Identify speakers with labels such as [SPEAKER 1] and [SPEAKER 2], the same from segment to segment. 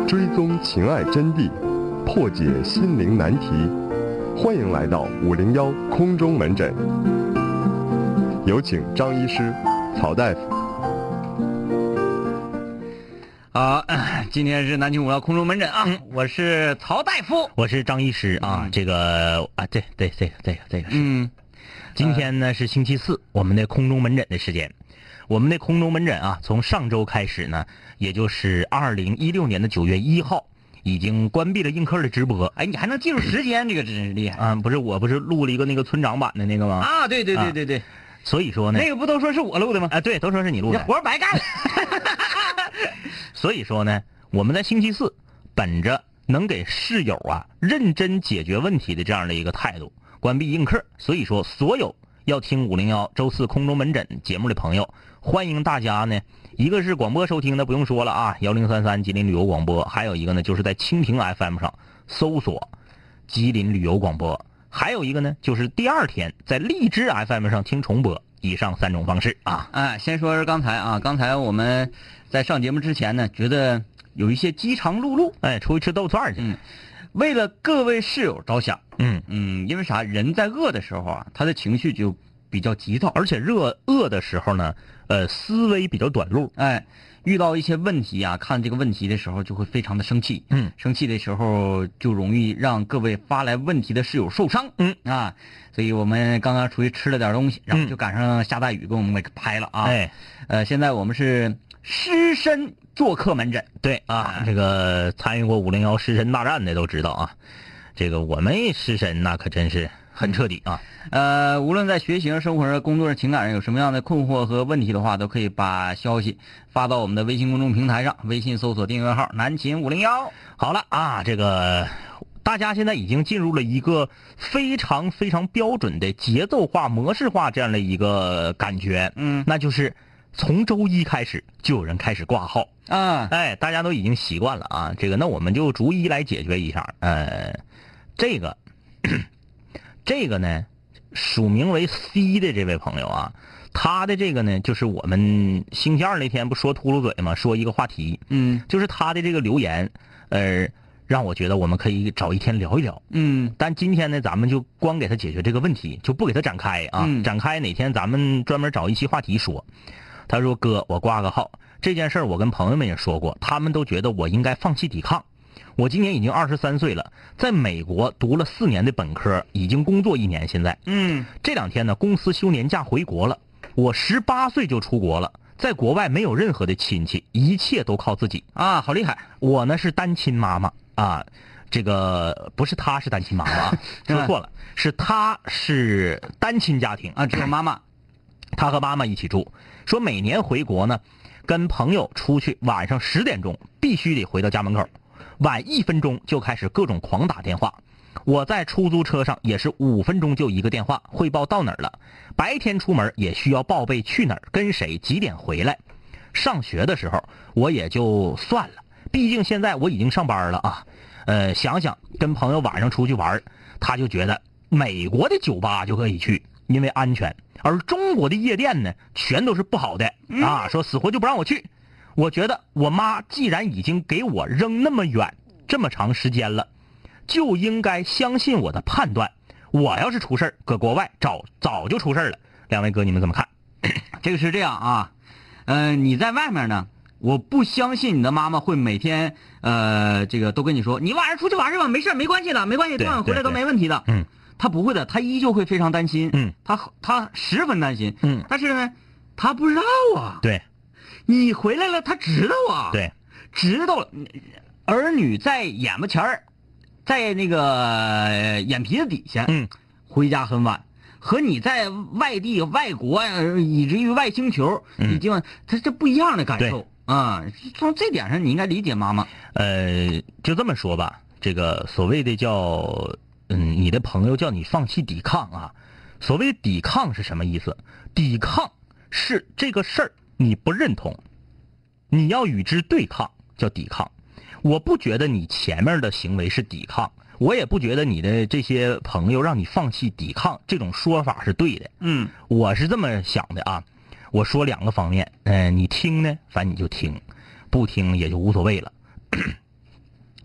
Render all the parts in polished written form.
[SPEAKER 1] 追踪情爱真谛，破解心灵难题。欢迎来到501空中门诊，有请张医师、曹大夫。
[SPEAKER 2] 好，今天是南京501空中门诊啊，我是曹大夫，
[SPEAKER 3] 我是张医师啊。这个啊，这个是。今天呢是星期四，我们的空中门诊的时间。我们的空中门诊啊，从上周开始呢，也就是2016年的9月1号，已经关闭了映客的直播。
[SPEAKER 2] 哎，你还能记住时间，这个真是厉害
[SPEAKER 3] 啊！不是，我不是录了一个那个村长版的那个吗？
[SPEAKER 2] 啊，对。
[SPEAKER 3] 所以说呢，
[SPEAKER 2] 那个不都说是我录的吗？
[SPEAKER 3] 啊，对，都说是你录的，
[SPEAKER 2] 活白干了。
[SPEAKER 3] 所以说呢，我们在星期四本着能给室友啊认真解决问题的这样的一个态度，关闭映客。所以说，所有要听501周四空中门诊节目的朋友，欢迎大家呢，一个是广播收听的，不用说了啊，1033吉林旅游广播，还有一个呢就是在蜻蜓 FM 上搜索吉林旅游广播，还有一个呢就是第二天在荔枝 FM 上听重播。以上3种方式啊。
[SPEAKER 2] 哎，先说是刚才我们在上节目之前呢，觉得有一些饥肠辘辘，
[SPEAKER 3] 哎，出去吃豆串去。
[SPEAKER 2] 为了各位室友着想，因为啥？人在饿的时候啊，他的情绪就比较急躁，
[SPEAKER 3] 而且饿的时候呢，思维比较短路。
[SPEAKER 2] 哎，遇到一些问题啊，看这个问题的时候就会非常的生气。生气的时候就容易让各位发来问题的室友受伤。所以我们刚刚出去吃了点东西，然后就赶上下大雨，给我们给拍了啊。现在我们是湿身做客门诊。
[SPEAKER 3] 对啊，这个参与过501湿身大战的都知道啊，这个我们湿身那可真是很彻底啊。
[SPEAKER 2] 无论在学习上、生活上、工作上、情感上有什么样的困惑和问题的话，都可以把消息发到我们的微信公众平台上，微信搜索订阅号南秦501。
[SPEAKER 3] 好了啊，这个大家现在已经进入了一个非常非常标准的节奏化、模式化这样的一个感觉。那就是从周一开始就有人开始挂号
[SPEAKER 2] 啊。
[SPEAKER 3] 哎，大家都已经习惯了啊。这个那我们就逐一来解决一下。这个呢，署名为 C 的这位朋友啊，他的这个呢，就是我们星期二那天不说秃噜嘴嘛，说一个话题，就是他的这个留言，让我觉得我们可以找一天聊一聊。但今天呢，咱们就光给他解决这个问题，就不给他展开啊。展开哪天咱们专门找一期话题说。他说：“哥，我挂个号，这件事儿我跟朋友们也说过，他们都觉得我应该放弃抵抗。我今年已经23岁了，在美国读了4年的本科，已经工作1年。现在，这2天呢，公司休年假回国了。我18岁就出国了，在国外没有任何的亲戚，一切都靠自己
[SPEAKER 2] 啊，好厉害！
[SPEAKER 3] 我呢是单亲妈妈啊，这个不是他是单亲妈妈，说错了，是他是单亲家庭
[SPEAKER 2] 啊，只有妈妈，
[SPEAKER 3] 他和妈妈一起住。说每年回国呢，跟朋友出去，晚上10点钟必须得回到家门口。”晚1分钟就开始各种狂打电话，我在出租车上也是5分钟就一个电话汇报到哪儿了。白天出门也需要报备去哪儿、跟谁、几点回来。上学的时候我也就算了，毕竟现在我已经上班了啊。想想跟朋友晚上出去玩，他就觉得美国的酒吧就可以去，因为安全，而中国的夜店呢，全都是不好的啊，说死活就不让我去。我觉得我妈既然已经给我扔那么远这么长时间了，就应该相信我的判断。我要是出事儿，搁国外早就出事儿了。2位哥，你们怎么看？
[SPEAKER 2] 这个是这样啊，你在外面呢，我不相信你的妈妈会每天这个都跟你说，你晚上出去玩去吧，没事没关系的，没关系，昨晚回来都没问题的。他不会的，他依旧会非常担心。他十分担心。但是呢，他不知道啊。
[SPEAKER 3] 对。
[SPEAKER 2] 你回来了，他知道啊。
[SPEAKER 3] 对，
[SPEAKER 2] 知道了。儿女在眼巴前儿，在那个眼皮子底下，回家很晚，和你在外地、外国，以至于外星球，已经他这不一样的感受啊。从这点上，你应该理解妈妈。
[SPEAKER 3] 就这么说吧，这个所谓的叫你的朋友叫你放弃抵抗啊。所谓抵抗是什么意思？抵抗是这个事儿你不认同，你要与之对抗，叫抵抗。我不觉得你前面的行为是抵抗，我也不觉得你的这些朋友让你放弃抵抗这种说法是对的。我是这么想的啊。我说2个方面，你听呢，反正你就听，不听也就无所谓了。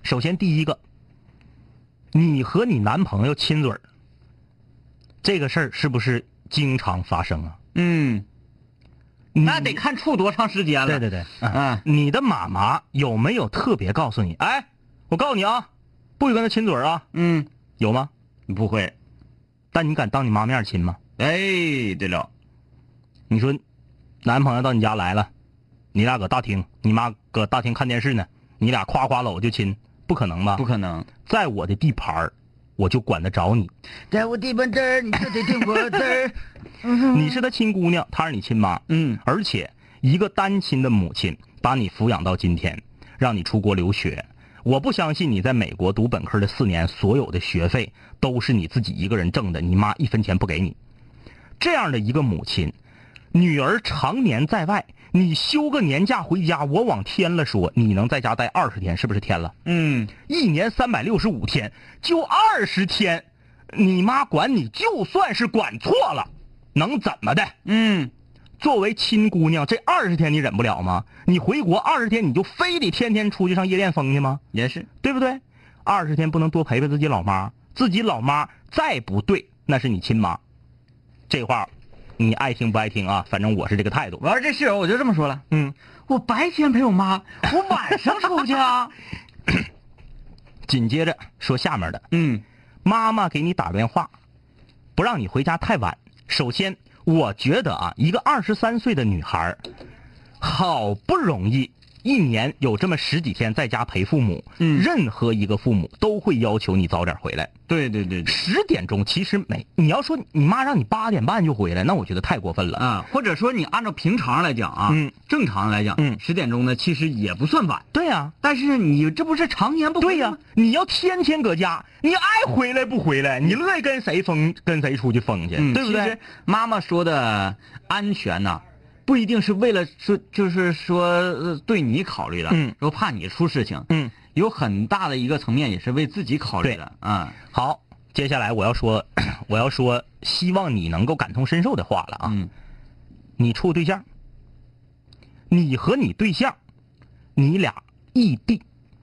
[SPEAKER 3] 首先第一个，你和你男朋友亲嘴儿，这个事儿是不是经常发生啊？
[SPEAKER 2] 那得看处多长时间了。
[SPEAKER 3] 对，你的妈妈有没有特别告诉你，哎，我告诉你啊，不许跟他亲嘴儿啊？有吗？
[SPEAKER 2] 不会。
[SPEAKER 3] 但你敢当你妈面亲吗？
[SPEAKER 2] 哎，对了，
[SPEAKER 3] 你说男朋友到你家来了，你俩搁大厅，你妈搁大厅看电视呢，你俩夸夸搂就亲，不可能吧？
[SPEAKER 2] 不可能。
[SPEAKER 3] 在我的地盘儿，我就管得着你。
[SPEAKER 2] 在我地盘这儿，你就得听我的儿。
[SPEAKER 3] 你是他亲姑娘，他是你亲妈。而且一个单亲的母亲把你抚养到今天，让你出国留学，我不相信你在美国读本科的4年，所有的学费都是你自己一个人挣的，你妈1分钱不给你。这样的一个母亲，女儿常年在外，你休个年假回家，我往天了说，你能在家待20天，是不是天了？一年365天，就20天，你妈管你，就算是管错了，能怎么的？作为亲姑娘，这20天你忍不了吗？你回国20天，你就非得天天出去上夜店疯去吗？
[SPEAKER 2] 也是，
[SPEAKER 3] 对不对？20天不能多陪陪自己老妈，自己老妈再不对，那是你亲妈。这话你爱听不爱听啊？反正我是这个态度。
[SPEAKER 2] 我要是这室友，我就这么说了。我白天陪我妈，我晚上出去啊。
[SPEAKER 3] 紧接着说下面的。妈妈给你打电话，不让你回家太晚。首先，我觉得啊，一个23岁的女孩，好不容易1年有这么10几天在家陪父母，任何一个父母都会要求你早点回来。
[SPEAKER 2] 对
[SPEAKER 3] ，10点钟其实你要说你妈让你8点半就回来，那我觉得太过分了
[SPEAKER 2] 啊。或者说你按照平常来讲啊，正常来讲，10点钟呢其实也不算晚。
[SPEAKER 3] 对呀，
[SPEAKER 2] 但是你这不是常年不回来吗？
[SPEAKER 3] 对呀，你要天天搁家，你爱回来不回来，你乐意跟谁疯，跟谁出去疯去，对不对？
[SPEAKER 2] 其实妈妈说的安全呐，不一定是为了说，就是说对你考虑的，说怕你出事情，有很大的一个层面也是为自己考虑的啊。
[SPEAKER 3] 好，接下来我要说希望你能够感同身受的话了啊。你处对象，你和你对象，你俩异地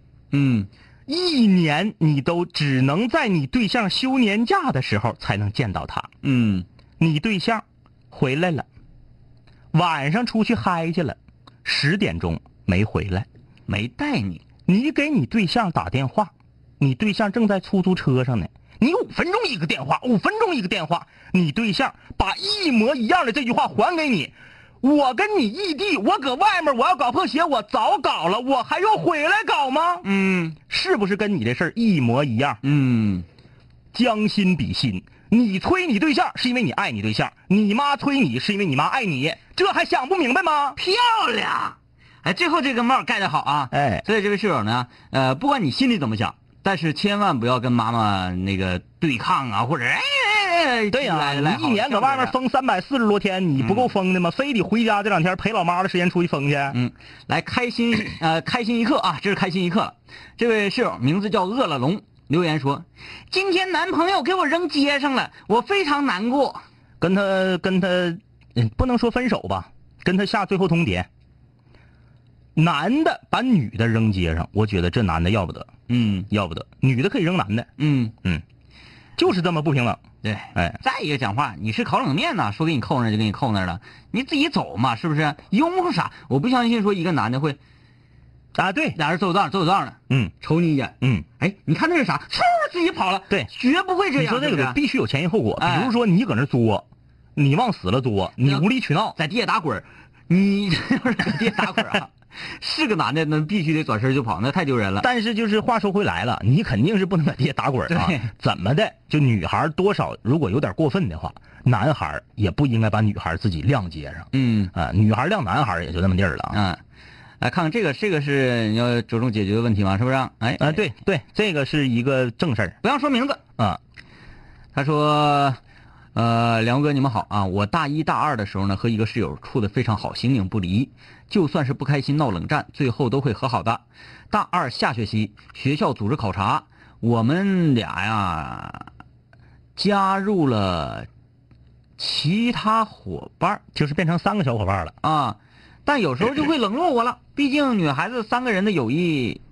[SPEAKER 3] ，1年你都只能在你对象休年假的时候才能见到他。你对象回来了，晚上出去嗨去了，10点钟没回来，
[SPEAKER 2] 没带你。
[SPEAKER 3] 你给你对象打电话，你对象正在出租车上呢，你5分钟一个电话，5分钟一个电话，你对象把一模一样的这句话还给你。我跟你异地，我搁外面我要搞破鞋，我早搞了，我还用回来搞吗？是不是跟你这事儿一模一样？将心比心，你催你对象是因为你爱你对象，你妈催你是因为你妈爱你，这还想不明白吗？
[SPEAKER 2] 漂亮！哎，最后这个帽盖得好啊！
[SPEAKER 3] 哎，
[SPEAKER 2] 所以这位室友呢，不管你心里怎么想，但是千万不要跟妈妈那个对抗啊，或者
[SPEAKER 3] 对呀，你1年搁外面疯340多天，你不够疯的吗？非得回家这2天陪老妈的时间出去疯去？
[SPEAKER 2] 来开心一刻啊，这是开心一刻了。这位室友名字叫饿了龙，留言说：今天男朋友给我扔街上了，我非常难过。
[SPEAKER 3] 跟他不能说分手吧，跟他下最后通牒。男的把女的扔街上，我觉得这男的要不得，要不得。女的可以扔男的，就是这么不平等。
[SPEAKER 2] 对，哎，再一个讲话，你是烤冷面呐，说给你扣那就给你扣那了，你自己走嘛，是不是？拥护啥？我不相信说一个男的会，
[SPEAKER 3] 啊，对，
[SPEAKER 2] 俩人走道的，瞅你一眼，哎，你看那是啥？嗖自己跑了，
[SPEAKER 3] 对，
[SPEAKER 2] 绝不会这样。
[SPEAKER 3] 你说这个必须有前因后果，比如说你搁那作，你往死了作，你无理取闹，
[SPEAKER 2] 在地下打滚，你要是在地下打滚啊。是个男的，那必须得转身就跑，那太丢人了。
[SPEAKER 3] 但是就是话说回来了，你肯定是不能在地下打滚啊。怎么的？就女孩多少如果有点过分的话，男孩也不应该把女孩自己晾街上。女孩晾男孩也就那么地儿了。
[SPEAKER 2] 来看看这个是你要着重解决的问题吗？是不是？
[SPEAKER 3] 对，这个是一个正事儿，
[SPEAKER 2] 不要说名字
[SPEAKER 3] 啊。
[SPEAKER 2] 他说。梁哥你们好啊！我大1大2的时候呢，和一个室友处得非常好，形影不离。就算是不开心闹冷战，最后都会和好的。大2下学期学校组织考察，我们俩呀加入了其他伙伴，
[SPEAKER 3] 就是变成3个小伙伴了
[SPEAKER 2] 啊。但有时候就会冷落我了，毕竟女孩子3个人的友谊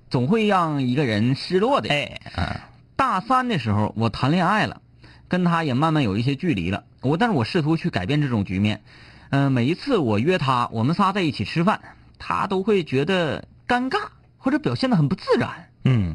[SPEAKER 2] 总会让一个人失落的。大3的时候我谈恋爱了，跟他也慢慢有一些距离了。但是我试图去改变这种局面。每一次我约他，我们仨在一起吃饭，他都会觉得尴尬或者表现得很不自然。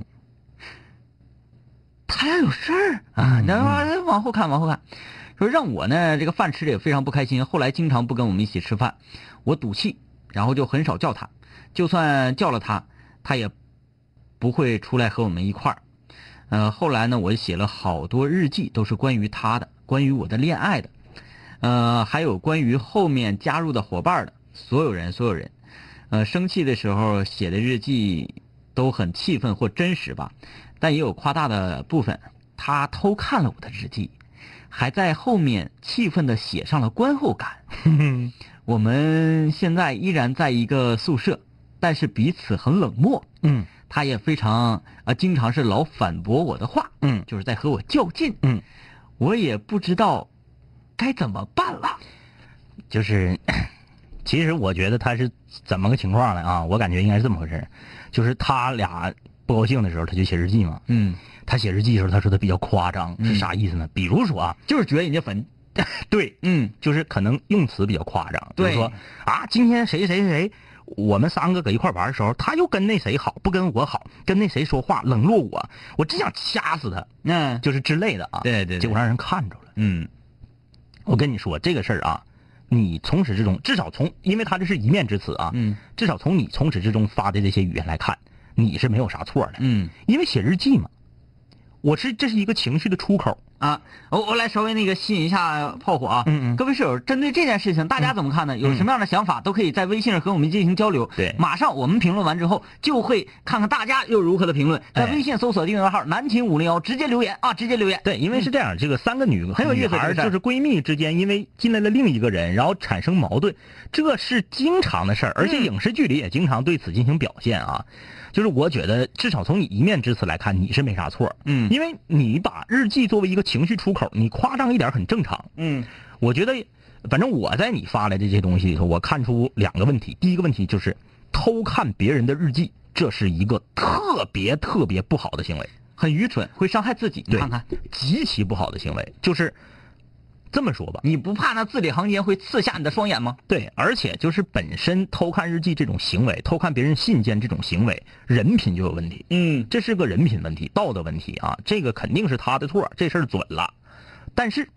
[SPEAKER 2] 他俩有事儿啊，那往后看，说让我呢这个饭吃的也非常不开心，后来经常不跟我们一起吃饭，我赌气，然后就很少叫他，就算叫了他，他也不会出来和我们一块儿。后来呢，我写了好多日记，都是关于他的，关于我的恋爱的，还有关于后面加入的伙伴的，所有人。生气的时候写的日记都很气愤或真实吧，但也有夸大的部分。他偷看了我的日记，还在后面气愤地写上了观后感。我们现在依然在一个宿舍，但是彼此很冷漠。他也非常经常是老反驳我的话，就是在和我较劲。我也不知道该怎么办了。
[SPEAKER 3] 就是其实我觉得他是怎么个情况呢啊？我感觉应该是这么回事，就是他俩不高兴的时候他就写日记嘛。他写日记的时候他说他比较夸张，是啥意思呢？比如说啊，
[SPEAKER 2] 就是觉得人家粉。
[SPEAKER 3] 对，就是可能用词比较夸张。
[SPEAKER 2] 对，
[SPEAKER 3] 比如说啊，今天谁我们3个搁一块玩的时候，他又跟那谁好，不跟我好，跟那谁说话，冷落我真想掐死他。就是之类的啊。
[SPEAKER 2] 对，
[SPEAKER 3] 结果让人看着了。我跟你说这个事儿啊，你从始至终，至少因为他这是一面之词啊，至少从你从始至终发的这些语言来看，你是没有啥错的。因为写日记嘛，这是一个情绪的出口
[SPEAKER 2] 啊。我来稍微吸引一下炮火啊。各位室友，针对这件事情大家怎么看呢？有什么样的想法都可以在微信上和我们进行交流。
[SPEAKER 3] 对，
[SPEAKER 2] 马上我们评论完之后就会看看大家又如何的评论，在微信搜索订阅号南秦501，直接留言啊，直接留言。
[SPEAKER 3] 对，因为是这样，这个3个
[SPEAKER 2] 很有意思，
[SPEAKER 3] 就是闺蜜之间因为进来了另一个人，然后产生矛盾，这是经常的事儿，而且影视剧里也经常对此进行表现啊。就是我觉得至少从你一面之词来看，你是没啥错。因为你把日记作为一个情绪出口，你夸张一点很正常。我觉得反正我在你发来的这些东西里头，我看出2个问题。第一个问题就是偷看别人的日记，这是一个特别不好的行为，
[SPEAKER 2] 很愚蠢，会伤害自己。你看看，
[SPEAKER 3] 极其不好的行为。就是这么说吧，
[SPEAKER 2] 你不怕那字里行间会刺瞎你的双眼吗？
[SPEAKER 3] 对，而且就是本身偷看日记这种行为，偷看别人信件这种行为，人品就有问题。这是个人品问题，道德问题啊，这个肯定是他的错，这事儿准了。但是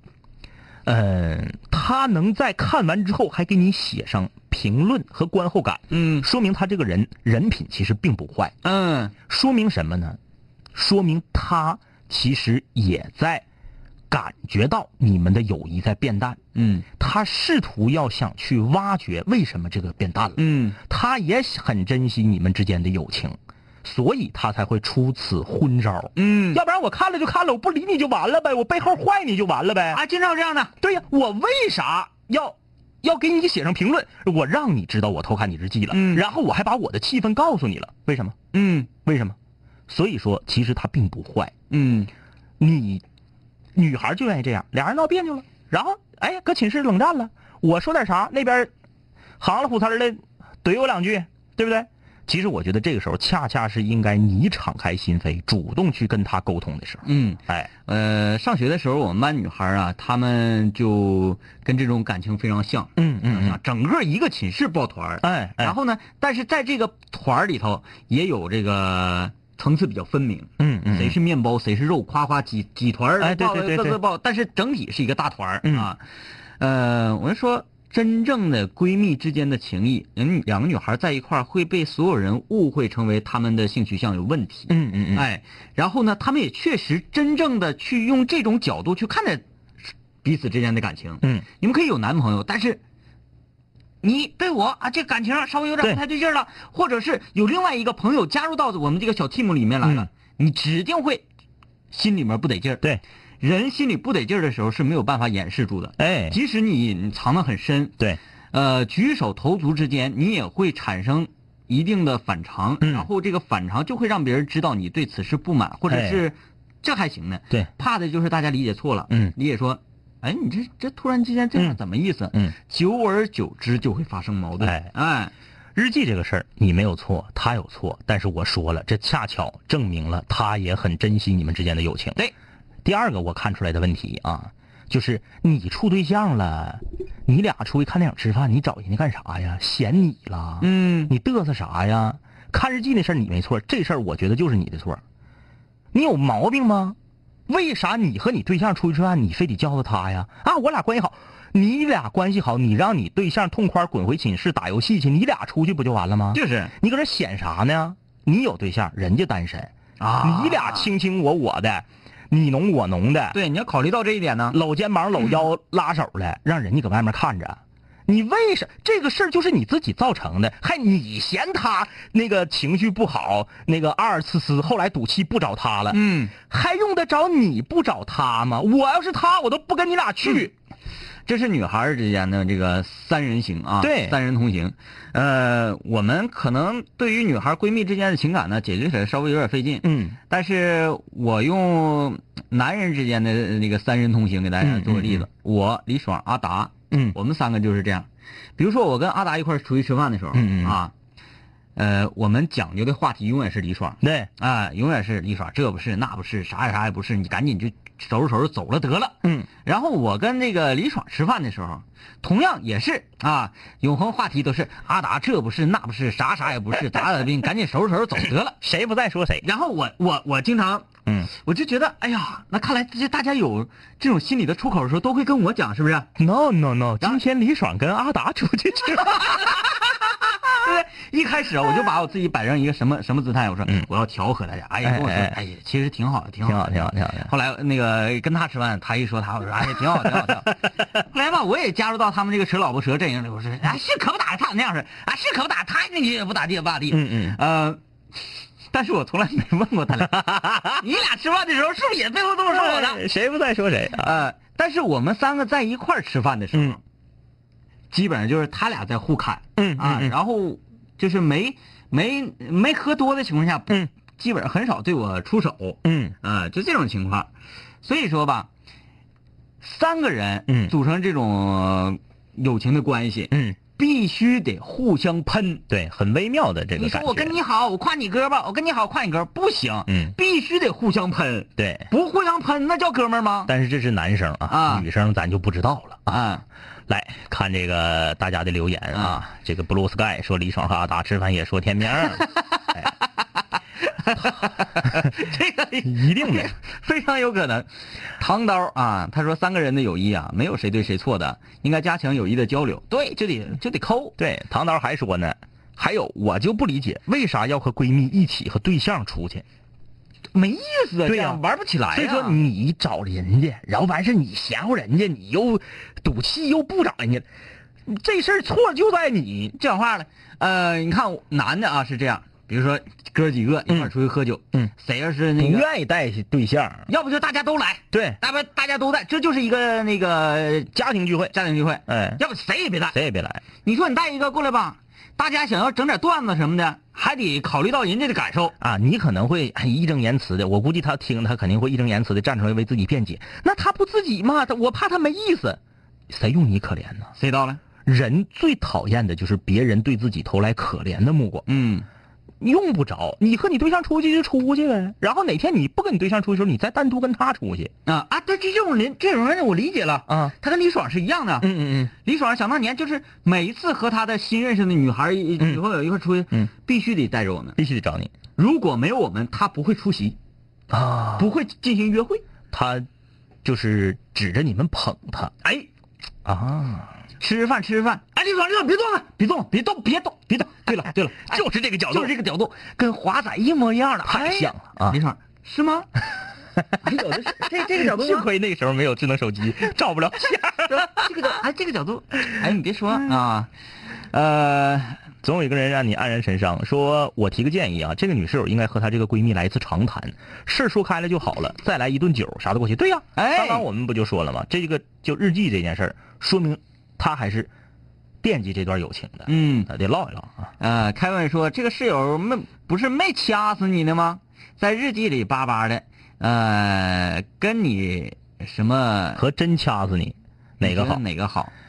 [SPEAKER 3] 他能在看完之后还给你写上评论和观后感，说明他这个人品其实并不坏。说明什么呢？说明他其实也在感觉到你们的友谊在变淡。他试图要想去挖掘为什么这个变淡了。他也很珍惜你们之间的友情，所以他才会出此昏招。要不然我看了就看了，我不理你就完了呗，我背后坏你就完了呗。
[SPEAKER 2] 经常有这样的。
[SPEAKER 3] 对呀，我为啥要给你写上评论？我让你知道我偷看你日记了，然后我还把我的气氛告诉你了，为什么？为什么？所以说其实他并不坏。你女孩就愿意这样，俩人闹别扭了，然后搁寝室冷战了，我说点啥，那边行了虎呲的怼我2句，对不对？其实我觉得这个时候恰恰是应该你敞开心扉，主动去跟他沟通的时候。
[SPEAKER 2] 上学的时候我们班女孩啊，她们就跟这种感情非常像。整个一个寝室抱团。然后呢，但是在这个团里头也有这个层次比较分明。谁是面包谁是肉，夸夸几团抱，各自抱，但是整体是一个大团啊。我就说真正的闺蜜之间的情谊，2个女孩在一块儿会被所有人误会成为她们的性取向有问题。然后呢，她们也确实真正的去用这种角度去看待彼此之间的感情。你们可以有男朋友，但是你对我这感情稍微有点不太对劲了，或者是有另外一个朋友加入到我们这个小 team 里面来了，你指定会心里面不得劲儿。
[SPEAKER 3] 对，
[SPEAKER 2] 人心里不得劲儿的时候是没有办法掩饰住的。即使你藏得很深。
[SPEAKER 3] 对，
[SPEAKER 2] 举手投足之间你也会产生一定的反常，然后这个反常就会让别人知道你对此事不满，或者是这还行呢。
[SPEAKER 3] 对，
[SPEAKER 2] 怕的就是大家理解错了。理解说你这突然之间这样怎么意思？久而久之就会发生矛盾。
[SPEAKER 3] 日记这个事儿，你没有错，他有错，但是我说了，这恰巧证明了他也很珍惜你们之间的友情。
[SPEAKER 2] 对，
[SPEAKER 3] 第二个我看出来的问题啊，就是你处对象了，你俩出去看电影吃饭，你找人家干啥呀？嫌你了？你嘚瑟啥呀？看日记那事儿你没错，这事儿我觉得就是你的错。你有毛病吗？为啥你和你对象出去吃饭，你非得叫着他呀？啊，我俩关系好，你俩关系好，你让你对象痛快滚回寝室打游戏去，你俩出去不就完了吗？
[SPEAKER 2] 就是
[SPEAKER 3] 你搁这显啥呢？你有对象，人家单身
[SPEAKER 2] 啊，
[SPEAKER 3] 你俩卿卿我的，你侬我侬的。
[SPEAKER 2] 对，你要考虑到这一点呢。
[SPEAKER 3] 搂肩膀、搂腰、拉手的，让人家搁外面看着。你为啥这个事儿就是你自己造成的？还你嫌他那个情绪不好，那个阿尔茨斯，后来赌气不找他了。还用得着你不找他吗？我要是他，我都不跟你俩去。
[SPEAKER 2] 这是女孩之间的这个三人行啊，
[SPEAKER 3] 对，
[SPEAKER 2] 三人同行。我们可能对于女孩闺蜜之间的情感呢，解决起来稍微有点费劲。但是我用男人之间的那个三人同行给大家做个例子。我李爽、阿达，我们三个就是这样。比如说我跟阿达一块出去吃饭的时候，我们讲究的话题永远是李爽，
[SPEAKER 3] 对
[SPEAKER 2] 啊，永远是李爽，这不是那不是，啥也不是，你赶紧就收拾走了得了。然后我跟那个李爽吃饭的时候，同样也是啊，永恒话题都是阿达这不是那不是，啥也不是，咋的，你赶紧收拾走得了，
[SPEAKER 3] 谁不再说谁。
[SPEAKER 2] 然后我经常我就觉得哎呀，那看来这大家有这种心理的出口的时候，都会跟我讲，是不是
[SPEAKER 3] ？No， 今天李爽跟阿达出去吃饭。
[SPEAKER 2] 对，一开始我就把我自己摆成一个什么姿态，我说我要调和大家。哎呀，跟我说，哎呀，其实挺好的，挺好。后来那个跟他吃饭，他一说他，我说哎呀，挺好。后来吧，我也加入到他们这个扯老婆舌阵营里，我说哎，是可不打他那样式，啊，是可不打他那也不咋地。但是我从来没问过他俩，你俩吃饭的时候是不是也背后这么说我的？
[SPEAKER 3] 谁不再说谁啊？
[SPEAKER 2] 但是我们三个在一块儿吃饭的时候。基本上就是他俩在互砍，然后就是没喝多的情况下，基本上很少对我出手，就这种情况。所以说吧，三个人组成这种友情的关系，必须得互相喷，
[SPEAKER 3] 对，很微妙的这个感觉。
[SPEAKER 2] 你说我跟你好，我夸你哥吧，我跟你好，夸你哥，不行，必须得互相喷，
[SPEAKER 3] 对，
[SPEAKER 2] 不互相喷那叫哥们儿吗？
[SPEAKER 3] 但是这是男生啊，女生咱就不知道了啊。来看这个大家的留言啊，这个 Blue Sky 说李爽和阿达吃饭也说天命，
[SPEAKER 2] 这个
[SPEAKER 3] 一定的，
[SPEAKER 2] 非常有可能。唐刀啊，他说三个人的友谊啊，没有谁对谁错的，应该加强友谊的交流。对，就得抠。
[SPEAKER 3] 对，唐刀还说呢，还有我就不理解为啥要和闺蜜一起和对象出去。
[SPEAKER 2] 没意思啊，
[SPEAKER 3] 对呀，
[SPEAKER 2] 玩不起来呀。
[SPEAKER 3] 所以说你找人家，然后完事你嫌乎人家，你又赌气又不找人家，这事儿错就在你。
[SPEAKER 2] 讲话了，你看男的啊是这样，比如说哥几个一块出去喝酒，谁要是那个
[SPEAKER 3] 不愿意带对象，
[SPEAKER 2] 要不就大家都来，
[SPEAKER 3] 对，
[SPEAKER 2] 大家都带，这就是一个那个
[SPEAKER 3] 家庭聚会，
[SPEAKER 2] 要不谁也别来，你说你带一个过来吧。大家想要整点段子什么的，还得考虑到人家的感受
[SPEAKER 3] 啊。你可能会义正言辞的，我估计他肯定会义正言辞的站出来为自己辩解。那他不自己吗？我怕他没意思，谁用你可怜呢？
[SPEAKER 2] 谁到了？
[SPEAKER 3] 人最讨厌的就是别人对自己投来可怜的目光。用不着，你和你对象出去就出去呗。然后哪天你不跟你对象出去的时候，你再单独跟他出去
[SPEAKER 2] 啊。对，这种人我理解了啊。他跟李爽是一样的。李爽想当年就是每一次和他的新认识的女孩女朋友一块出去，必须得带着我们，
[SPEAKER 3] 必须得找你。
[SPEAKER 2] 如果没有我们，他不会出席
[SPEAKER 3] 啊，
[SPEAKER 2] 不会进行约会。
[SPEAKER 3] 他就是指着你们捧他。
[SPEAKER 2] 哎，
[SPEAKER 3] 啊。
[SPEAKER 2] 吃饭，哎，李爽，别动。对了，
[SPEAKER 3] 就是这个角度，
[SPEAKER 2] 跟华仔一模一样的，
[SPEAKER 3] 太像了啊！
[SPEAKER 2] 李爽是吗？有的是这个角度，
[SPEAKER 3] 幸亏那个时候没有智能手机，照不了相。
[SPEAKER 2] 这个角度，哎，你别说啊，
[SPEAKER 3] 总有一个人让你黯然神伤。说我提个建议啊，这个女室友应该和她这个闺蜜来一次长谈，事说开了就好了，再来一顿酒啥都过去。对呀，刚刚我们不就说了吗？这个就日记这件事儿，说明他还是惦记这段友情的。得唠一唠啊。
[SPEAKER 2] 凯文说这个室友不是没掐死你的吗？在日记里巴巴的，跟你什么
[SPEAKER 3] 和真掐死你，哪个好？
[SPEAKER 2] 哪个好？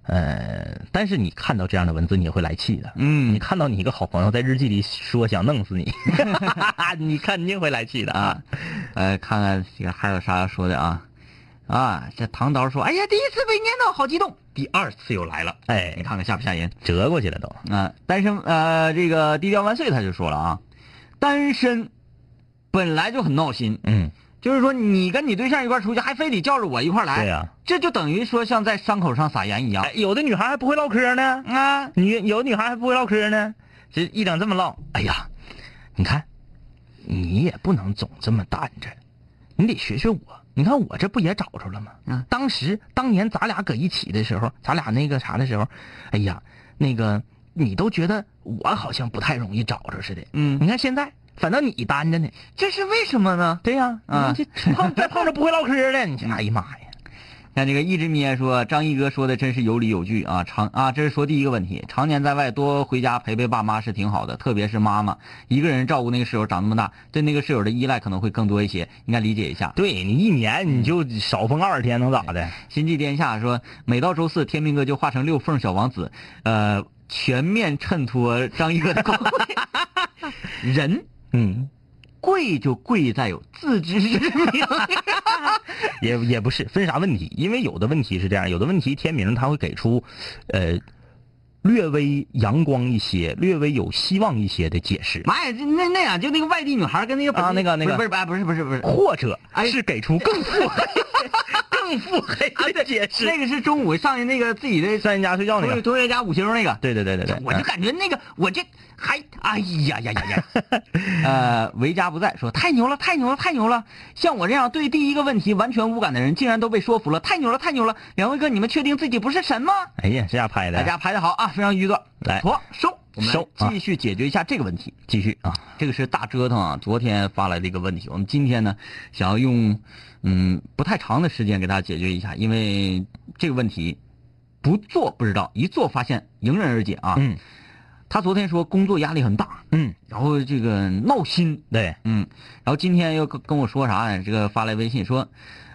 [SPEAKER 3] 但是你看到这样的文字，你也会来气的。你看到你一个好朋友在日记里说想弄死你，你肯定会来气的啊。
[SPEAKER 2] 看看这个还有啥要说的啊？这唐刀说，哎呀，第一次被念叨，好激动。第二次又来了，你看看下不下瘾？
[SPEAKER 3] 折过去了都。
[SPEAKER 2] 单身这个低调万岁他就说了啊，单身本来就很闹心。就是说你跟你对象一块出去，还非得叫着我一块来。
[SPEAKER 3] 对呀，
[SPEAKER 2] 这就等于说像在伤口上撒盐一样。
[SPEAKER 3] 有的女孩还不会唠嗑呢。有的女孩还不会唠嗑呢，这一整这么唠。哎呀，你看，你也不能总这么淡着，你得学学我。你看我这不也找着了吗？当年咱俩搁一起的时候，咱俩那个啥的时候，哎呀，那个你都觉得我好像不太容易找着似的。你看现在反倒你单着呢，
[SPEAKER 2] 这是为什么呢？
[SPEAKER 3] 对呀，这再碰着不会唠嗑的，你哎呀妈呀！
[SPEAKER 2] 像这个一直咩说，张一哥说的真是有理有据啊。这是说第一个问题，常年在外多回家陪陪爸妈是挺好的，特别是妈妈一个人照顾那个室友长那么大，对那个室友的依赖可能会更多一些，应该理解一下。
[SPEAKER 3] 对，你一年你就少疯20天能咋的？
[SPEAKER 2] 心系天下说，每到周四天明哥就化成6缝小王子，全面衬托张一哥的光辉。人贵就贵在有自知之明。
[SPEAKER 3] 也不是分啥问题，因为有的问题是这样，有的问题天明他会给出略微阳光一些、略微有希望一些的解释。
[SPEAKER 2] 妈呀，那样就那个外地女孩跟那个不是，
[SPEAKER 3] 或者是给出更腹黑、更腹黑的解释。
[SPEAKER 2] 那个是中午上去那个自己的
[SPEAKER 3] 上人家睡觉那个，
[SPEAKER 2] 同学家午休那个。
[SPEAKER 3] 对，
[SPEAKER 2] 我就感觉那个我这还哎呀。维家不在说太牛了，像我这样对第一个问题完全无感的人，竟然都被说服了，太牛了！两位哥，你们确定自己不是神吗？
[SPEAKER 3] 哎呀，这家拍的，
[SPEAKER 2] 大家拍的好啊，非常愚钝。
[SPEAKER 3] 来，
[SPEAKER 2] 收，我们继续解决一下这个问题。
[SPEAKER 3] 继续啊，
[SPEAKER 2] 这个是大折腾啊！昨天发来的一个问题，我们今天呢想要用不太长的时间给大家解决一下，因为这个问题不做不知道，一做发现迎刃而解啊。他昨天说工作压力很大，然后这个闹心，
[SPEAKER 3] 对，
[SPEAKER 2] 然后今天又跟我说啥呢？这个发来微信说，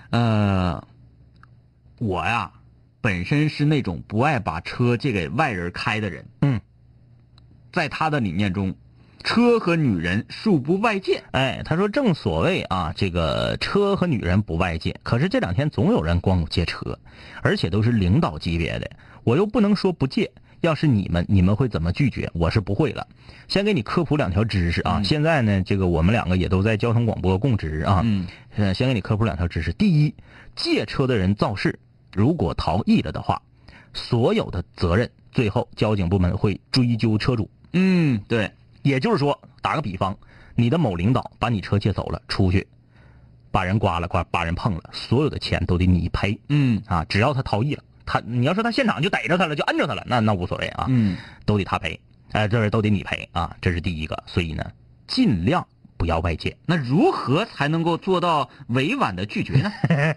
[SPEAKER 2] 我呀本身是那种不爱把车借给外人开的人，在他的理念中，车和女人恕不外借。
[SPEAKER 3] 他说正所谓啊，这个车和女人不外借，可是这2天总有人管我借车，而且都是领导级别的，我又不能说不借。要是你们会怎么拒绝？我是不会了。先给你科普2条知识啊。现在呢，这个我们2个也都在交通广播供职啊。先给你科普2条知识。第一，借车的人肇事，如果逃逸了的话，所有的责任最后交警部门会追究车主。
[SPEAKER 2] 对，
[SPEAKER 3] 也就是说，打个比方，你的某领导把你车借走了，出去把人刮了，把人碰了，所有的钱都得你赔。只要他逃逸了。你要说他现场就逮着他了，就摁着他了，那无所谓啊，都得他赔，这都得你赔啊，这是第一个。所以呢，尽量不要外借。
[SPEAKER 2] 那如何才能够做到委婉的拒绝呢？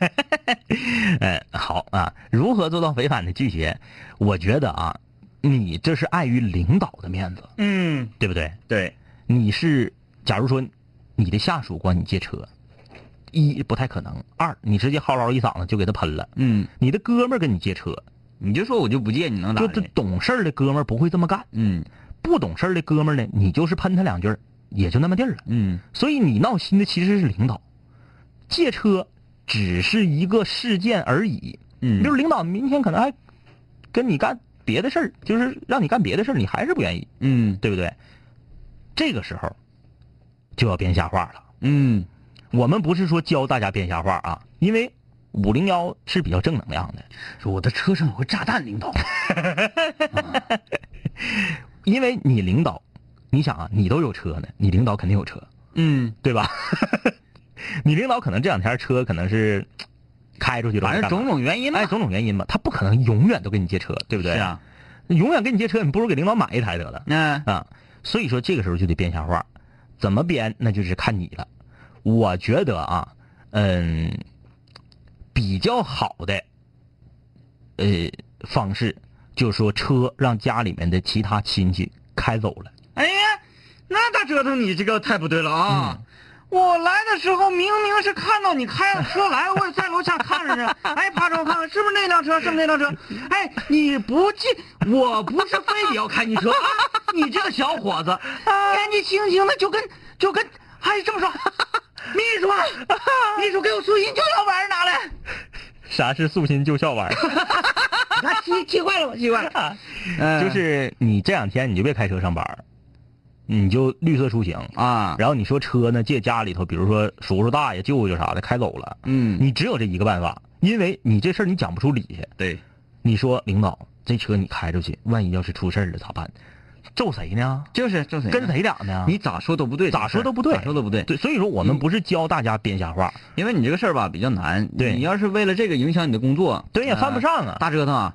[SPEAKER 3] 好啊，如何做到委婉的拒绝？我觉得啊，你这是碍于领导的面子，对不对？
[SPEAKER 2] 对，
[SPEAKER 3] 你是假如说你的下属管你借车。1不太可能，2你直接嚎嗷一嗓子就给他喷了。你的哥们儿跟你借车，
[SPEAKER 2] 你就说我就不借，你能咋的？
[SPEAKER 3] 就懂事儿的哥们儿不会这么干。不懂事儿的哥们儿呢，你就是喷他2句，也就那么地儿了。所以你闹心的其实是领导，借车只是一个事件而已。就是领导明天可能还跟你干别的事儿，就是让你干别的事儿，你还是不愿意。对不对？这个时候就要编瞎话了。我们不是说教大家编瞎话啊，因为501是比较正能量的。
[SPEAKER 2] 说我的车上有个炸弹，领导。
[SPEAKER 3] 因为你领导，你想啊，你都有车呢，你领导肯定有车，对吧？你领导可能这2天车可能是开出去了，
[SPEAKER 2] 反正种种原因吧。
[SPEAKER 3] 种种原因吧，他不可能永远都给你借车，对不对？
[SPEAKER 2] 是啊，
[SPEAKER 3] 永远给你借车，你不如给领导买一台得了。所以说这个时候就得编瞎话，怎么编那就是看你了。我觉得啊，比较好的方式就是说车让家里面的其他亲戚开走了。
[SPEAKER 2] 哎呀，那大折腾你这个太不对了啊！ 我来的时候明明是看到你开车来，我在楼下看着呢。哎，趴着我看看是不是那辆车，是不是那辆车？哎，你不进，我不是非得要开你车啊！你这个小伙子，年纪轻轻的就跟，哎，这么说，秘书啊，秘书给我素心就小碗拿来。
[SPEAKER 3] 啥是素心就笑碗？
[SPEAKER 2] 他气坏了，我气坏了。
[SPEAKER 3] 就是你这2天你就别开车上班，你就绿色出行
[SPEAKER 2] 啊。
[SPEAKER 3] 然后你说车呢借家里头，比如说叔叔大爷舅舅啥的开走了，你只有这一个办法，因为你这事儿你讲不出理去。
[SPEAKER 2] 对，
[SPEAKER 3] 你说领导这车你开出去，万一要是出事儿了咋办？咒谁呢？
[SPEAKER 2] 就是咒谁？
[SPEAKER 3] 跟谁俩呢？
[SPEAKER 2] 你咋说都不对，
[SPEAKER 3] 咋说都不对，
[SPEAKER 2] 咋说都不对。
[SPEAKER 3] 对，所以说我们不是教大家编瞎话，
[SPEAKER 2] 因为你这个事儿吧比较难。
[SPEAKER 3] 对，
[SPEAKER 2] 你要是为了这个影响你的工作，
[SPEAKER 3] 对呀，犯不上啊，
[SPEAKER 2] 大折腾啊。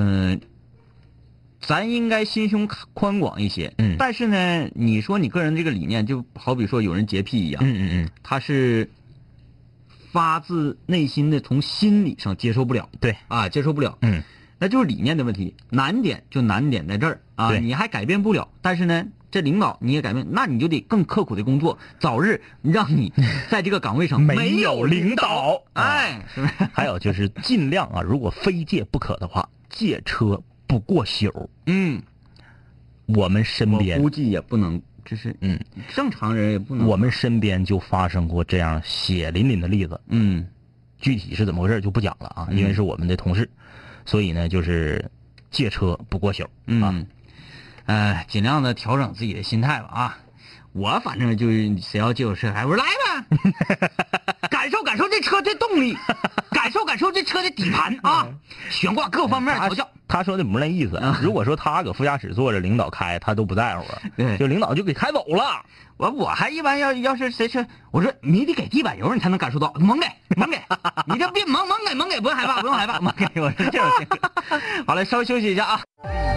[SPEAKER 2] 咱应该心胸宽广一些。但是呢，你说你个人这个理念，就好比说有人洁癖一样。他是发自内心的从心理上接受不了。
[SPEAKER 3] 对
[SPEAKER 2] 啊，接受不了。那就是理念的问题，难点就难点在这儿啊，你还改变不了。但是呢，这领导你也改变，那你就得更刻苦的工作，早日让你在这个岗位上没有领导。哎，是不是？
[SPEAKER 3] 还有就是尽量啊，如果非借不可的话，借车不过宿。我们身边
[SPEAKER 2] 我估计也不能，就是正常人也不能。
[SPEAKER 3] 我们身边就发生过这样血淋淋的例子。具体是怎么回事就不讲了啊，因为是我们的同事。所以呢，就是借车不过宿啊，
[SPEAKER 2] 尽量的调整自己的心态吧啊！我反正就是谁要借我车，我说来吧，感受感受这车的动力，感受感受这车的底盘啊，悬挂各方面调教。
[SPEAKER 3] 他说的不是那意思。如果说他搁副驾驶坐着，领导开，他都不在乎
[SPEAKER 2] 对，
[SPEAKER 3] 就领导就给开走了。
[SPEAKER 2] 我还一般要是谁车，我说你得给地板油，你才能感受到猛给，你这别猛给，不用害怕，猛给。我说这种性格。好了，稍微休息一下啊。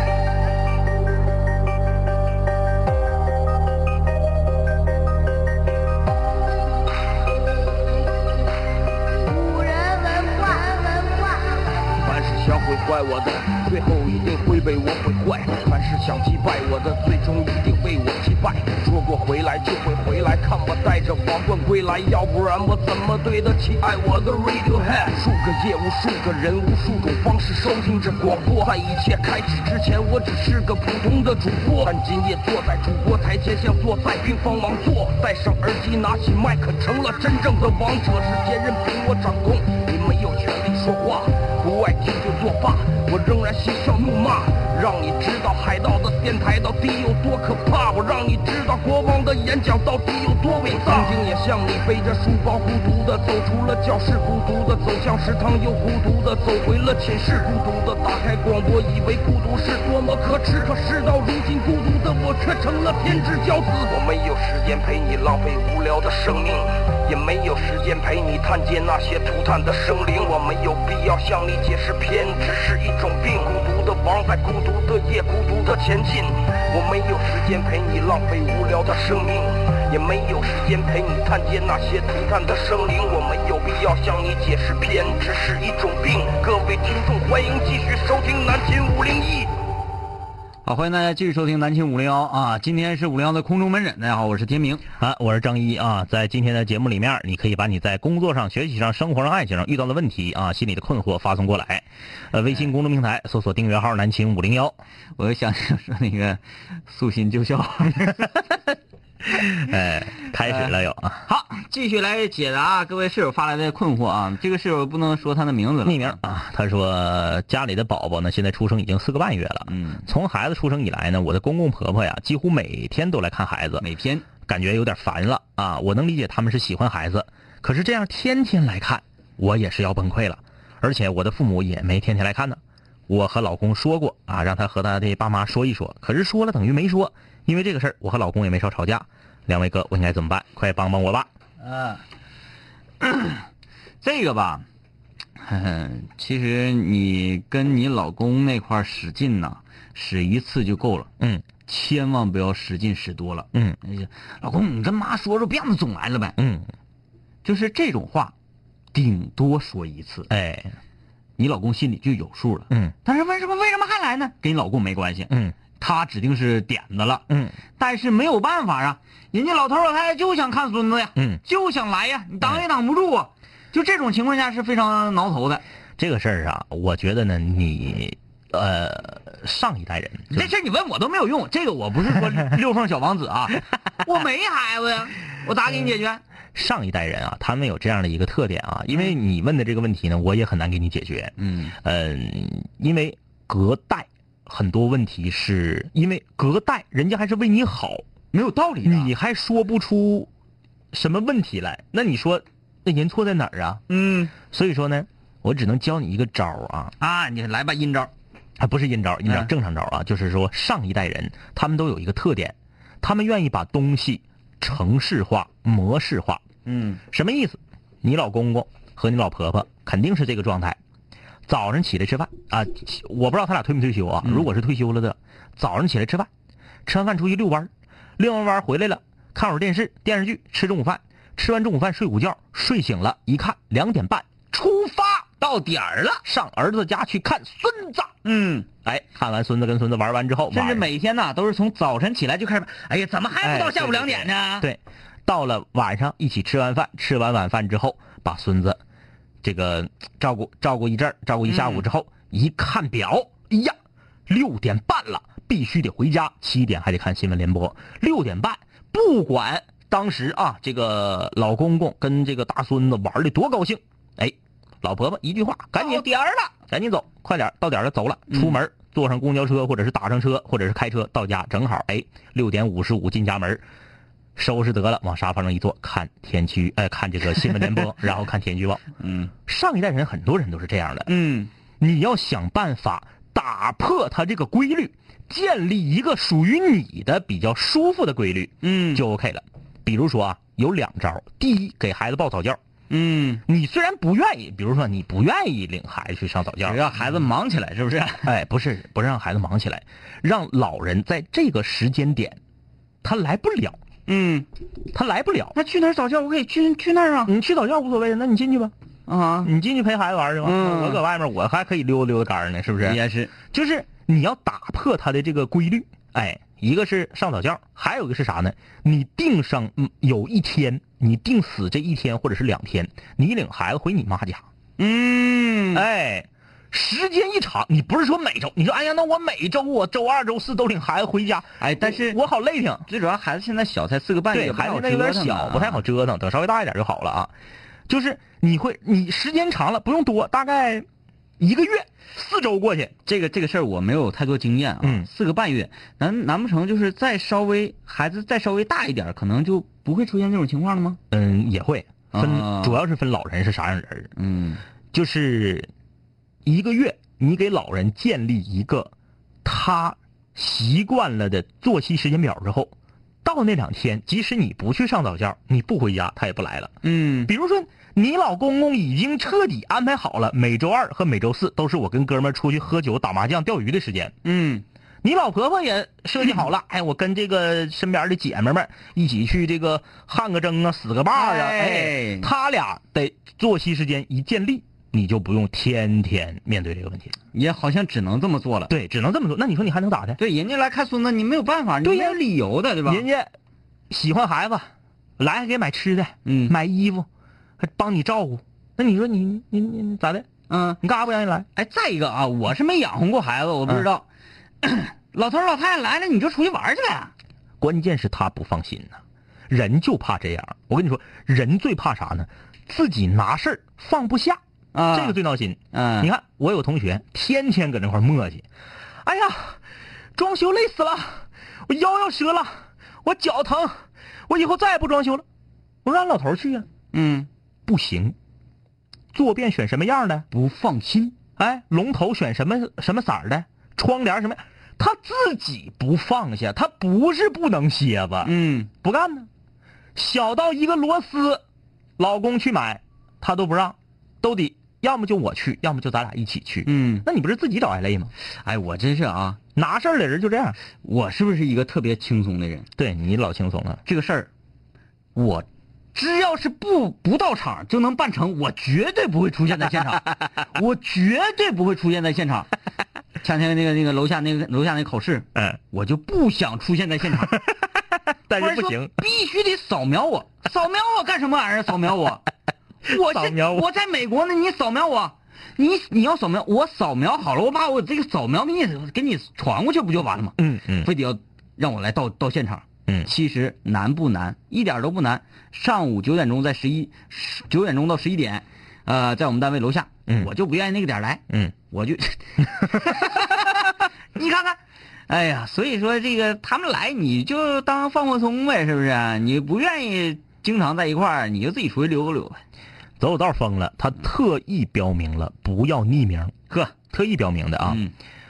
[SPEAKER 4] 想毁坏我的，最后一定会被我毁坏。凡是想击败我的，最终一定被我击败。说过回来就会回来，看我带着皇冠归来，要不然我怎么对得起爱我的 Radiohead？ 数个夜，无数个人，无数种方式收听着广播。在一切开始之前，我只是个普通的主播，但今夜坐在主播台前，像坐在冰封王座。戴上耳机，拿起麦克，成了真正的王者。世界任凭我掌控，你没有权利说话。不爱听就作罢，我仍然嬉笑怒骂，让你知道海盗的电台到底有多可怕，我让你知道国王的演讲到底有多伟大。曾经也像你背着书包，孤独的走出了教室，孤独的走向食堂，又孤独的走回了寝室，孤独的打开广播，以为孤独是多么可耻，可事到如今，孤独的我却成了天之骄子。我没有时间陪你浪费无聊的生命，也没有时间陪你探见那些涂炭的生灵，我没有必要向你解释偏执是一种病，孤独的王在孤独的夜孤独的前进。我没有时间陪你浪费无聊的生命，也没有时间陪你探见那些涂炭的生灵，我没有必要向你解释偏执是一种病。各位听众，欢迎继续收听南秦501。
[SPEAKER 2] 好，欢迎大家继续收听南秦501啊！今天是501的空中门诊，大家好，我是天明
[SPEAKER 3] 啊，我是张一啊。在今天的节目里面，你可以把你在工作上、学习上、生活上、爱情上遇到的问题啊、心里的困惑发送过来。微信公众平台搜索订阅号南秦501。
[SPEAKER 2] 我又想说那个素心就笑。
[SPEAKER 3] 哎，开始了有啊。
[SPEAKER 2] 好，继续来解答各位室友发来的困惑啊。这个室友不能说他的名字了，
[SPEAKER 3] 匿名啊。他说家里的宝宝呢，现在出生已经4个半月了。从孩子出生以来呢，我的公公婆婆呀，几乎每天都来看孩子，
[SPEAKER 2] 每天
[SPEAKER 3] 感觉有点烦了啊。我能理解他们是喜欢孩子，可是这样天天来看，我也是要崩溃了。而且我的父母也没天天来看呢。我和老公说过啊，让他和他的爸妈说一说，可是说了等于没说。因为这个事儿，我和老公也没少吵架。两位哥，我应该怎么办？快帮帮我吧！
[SPEAKER 2] 这个吧，其实你跟你老公那块使劲呐，使一次就够了。千万不要使劲使多了。老公，你跟妈说说，别让他总来了呗。就是这种话，顶多说一次。你老公心里就有数了。但是为什么还来呢？跟你老公没关系。 他指定是点子了。
[SPEAKER 3] 嗯，
[SPEAKER 2] 但是没有办法啊，人家老头老太太就想看孙子呀，就想来呀，你挡也挡不住啊。就这种情况下是非常挠头的。
[SPEAKER 3] 这个事儿啊，我觉得呢，你上一代人
[SPEAKER 2] 这事你问我都没有用，这个我不是说六凤小王子啊，我没孩子呀，我咋给你解决？
[SPEAKER 3] 上一代人啊，他们有这样的一个特点啊，因为你问的这个问题呢，我也很难给你解决。因为隔代很多问题是因为隔代人家还是为你好，
[SPEAKER 2] 没有道理的，
[SPEAKER 3] 你还说不出什么问题来，那你说那人错在哪儿啊？所以说呢，我只能教你一个招啊，
[SPEAKER 2] 你来吧，阴招。
[SPEAKER 3] 不是阴招，正常招啊，就是说上一代人他们都有一个特点，他们愿意把东西程式化、模式化。什么意思？你老公公和你老婆婆肯定是这个状态，早上起来吃饭啊，我不知道他俩退没退休啊。如果是退休了的，早上起来吃饭，吃完饭出去遛弯，遛完弯回来了，看会儿电视剧，吃中午饭，吃完中午饭睡午觉，睡醒了一看2点半，出发到点儿了，上儿子家去看孙子。看完孙子跟孙子玩完之后，
[SPEAKER 2] 甚至每天呢都是从早晨起来就开始，哎呀，怎么还不到下午2点呢？
[SPEAKER 3] 对，到了晚上一起吃完饭，吃完晚饭之后，把孙子这个照顾一阵儿，照顾一下午之后，一看表，哎呀，6点半了，必须得回家，7点还得看新闻联播，6点半，不管当时啊，这个老公公跟这个大孙子玩的多高兴，老婆婆一句话，赶紧点儿了，赶紧走，快点，到点了走了，出门坐上公交车或者是打上车或者是开车到家，正好6点55进家门，收拾得了，往沙发上一坐，看天气看这个新闻联播，然后看天气预报。上一代人很多人都是这样的。你要想办法打破他这个规律，建立一个属于你的比较舒服的规律，就 OK 了。比如说啊，有2招，第一，给孩子抱早教。你虽然不愿意，比如说你不愿意领孩子去上早教，
[SPEAKER 2] 让孩子忙起来，是不是？
[SPEAKER 3] 不是让孩子忙起来，让老人在这个时间点他来不了。他来不了。
[SPEAKER 2] 那去哪儿早教？我可以去那儿啊。
[SPEAKER 3] 你去早教无所谓，那你进去吧。你进去陪孩子玩去吧。我搁外面我还可以溜达溜达杆呢，是不是？
[SPEAKER 2] 也是。
[SPEAKER 3] 就是你要打破他的这个规律。一个是上早教，还有一个是啥呢？你定上有一天，你定死这1天或者是2天，你领孩子回你妈家。时间一长，你不是说每周，你说哎呀，那我每周我周2、周4都领孩子回家，
[SPEAKER 2] 但是
[SPEAKER 3] 我好累挺。
[SPEAKER 2] 最主要孩子现在小，才4个半月，
[SPEAKER 3] 对，孩子现在有点小，不太好折腾，等稍微大一点就好了啊。就是你时间长了不用多，大概1个月4周过去，
[SPEAKER 2] 这个事儿我没有太多经验啊。4个半月，难不成就是孩子再稍微大一点，可能就不会出现这种情况了吗？
[SPEAKER 3] 也会主要是分老人是啥样人。就是1个月，你给老人建立一个他习惯了的作息时间表之后，到那2天，即使你不去上早教，你不回家，他也不来了。比如说你老公公已经彻底安排好了，每周2和每周4都是我跟哥们儿出去喝酒、打麻将、钓鱼的时间。你老婆婆也设计好了，我跟这个身边的姐妹们一起去这个旱个蒸啊、死个坝啊，他俩的作息时间一建立，你就不用天天面对这个问题，
[SPEAKER 2] 也好像只能这么做了。
[SPEAKER 3] 对，只能这么做。那你说你还能咋的？
[SPEAKER 2] 对，人家来看孙子，你没有办法，你没有理由的，对吧？
[SPEAKER 3] 人家喜欢孩子，来还给买吃的，买衣服，还帮你照顾。那你说你咋的？你干啥不让人来？
[SPEAKER 2] 再一个啊，我是没养活过孩子，我不知道。老头老太太来了，你就出去玩去呗。
[SPEAKER 3] 关键是他不放心呢，人就怕这样。我跟你说，人最怕啥呢？自己拿事儿放不下啊，这个最闹心。你看我有同学天天搁那块磨叽，哎呀，装修累死了，我腰要折了，我脚疼，我以后再也不装修了。我让老头去啊，不行。坐便选什么样的？
[SPEAKER 2] 不放心。
[SPEAKER 3] 龙头选什么色儿的？窗帘什么？他自己不放下，他不是不能歇吧？不干呢。小到一个螺丝，老公去买，他都不让，都得要么就我去，要么就咱俩一起去。那你不是自己找挨累吗？
[SPEAKER 2] 我真是啊，
[SPEAKER 3] 拿事儿的人就这样。
[SPEAKER 2] 我是不是一个特别轻松的人？
[SPEAKER 3] 对，你老轻松了。
[SPEAKER 2] 这个事儿，我只要是不到场就能办成，我绝对不会出现在现场。我绝对不会出现在现场。 前天那个楼下那个考试，我就不想出现在现场，
[SPEAKER 3] 但是不行，
[SPEAKER 2] 必须得扫描我干什么玩意儿？扫描我，我在美国呢，你扫描我，你要扫描我，扫描好了，我把我这个扫描给你传过去不就完了吗？非得要让我来到现场。其实难不难？一点都不难。上午9点钟9点钟到11点，在我们单位楼下，我就不愿意那个点来，我就，你看看，哎呀，所以说这个他们来你就当放松呗，是不是？你不愿意经常在一块儿，你就自己出去溜溜呗。
[SPEAKER 3] 走道疯了，他特意标明了不要匿名，特意标明的啊。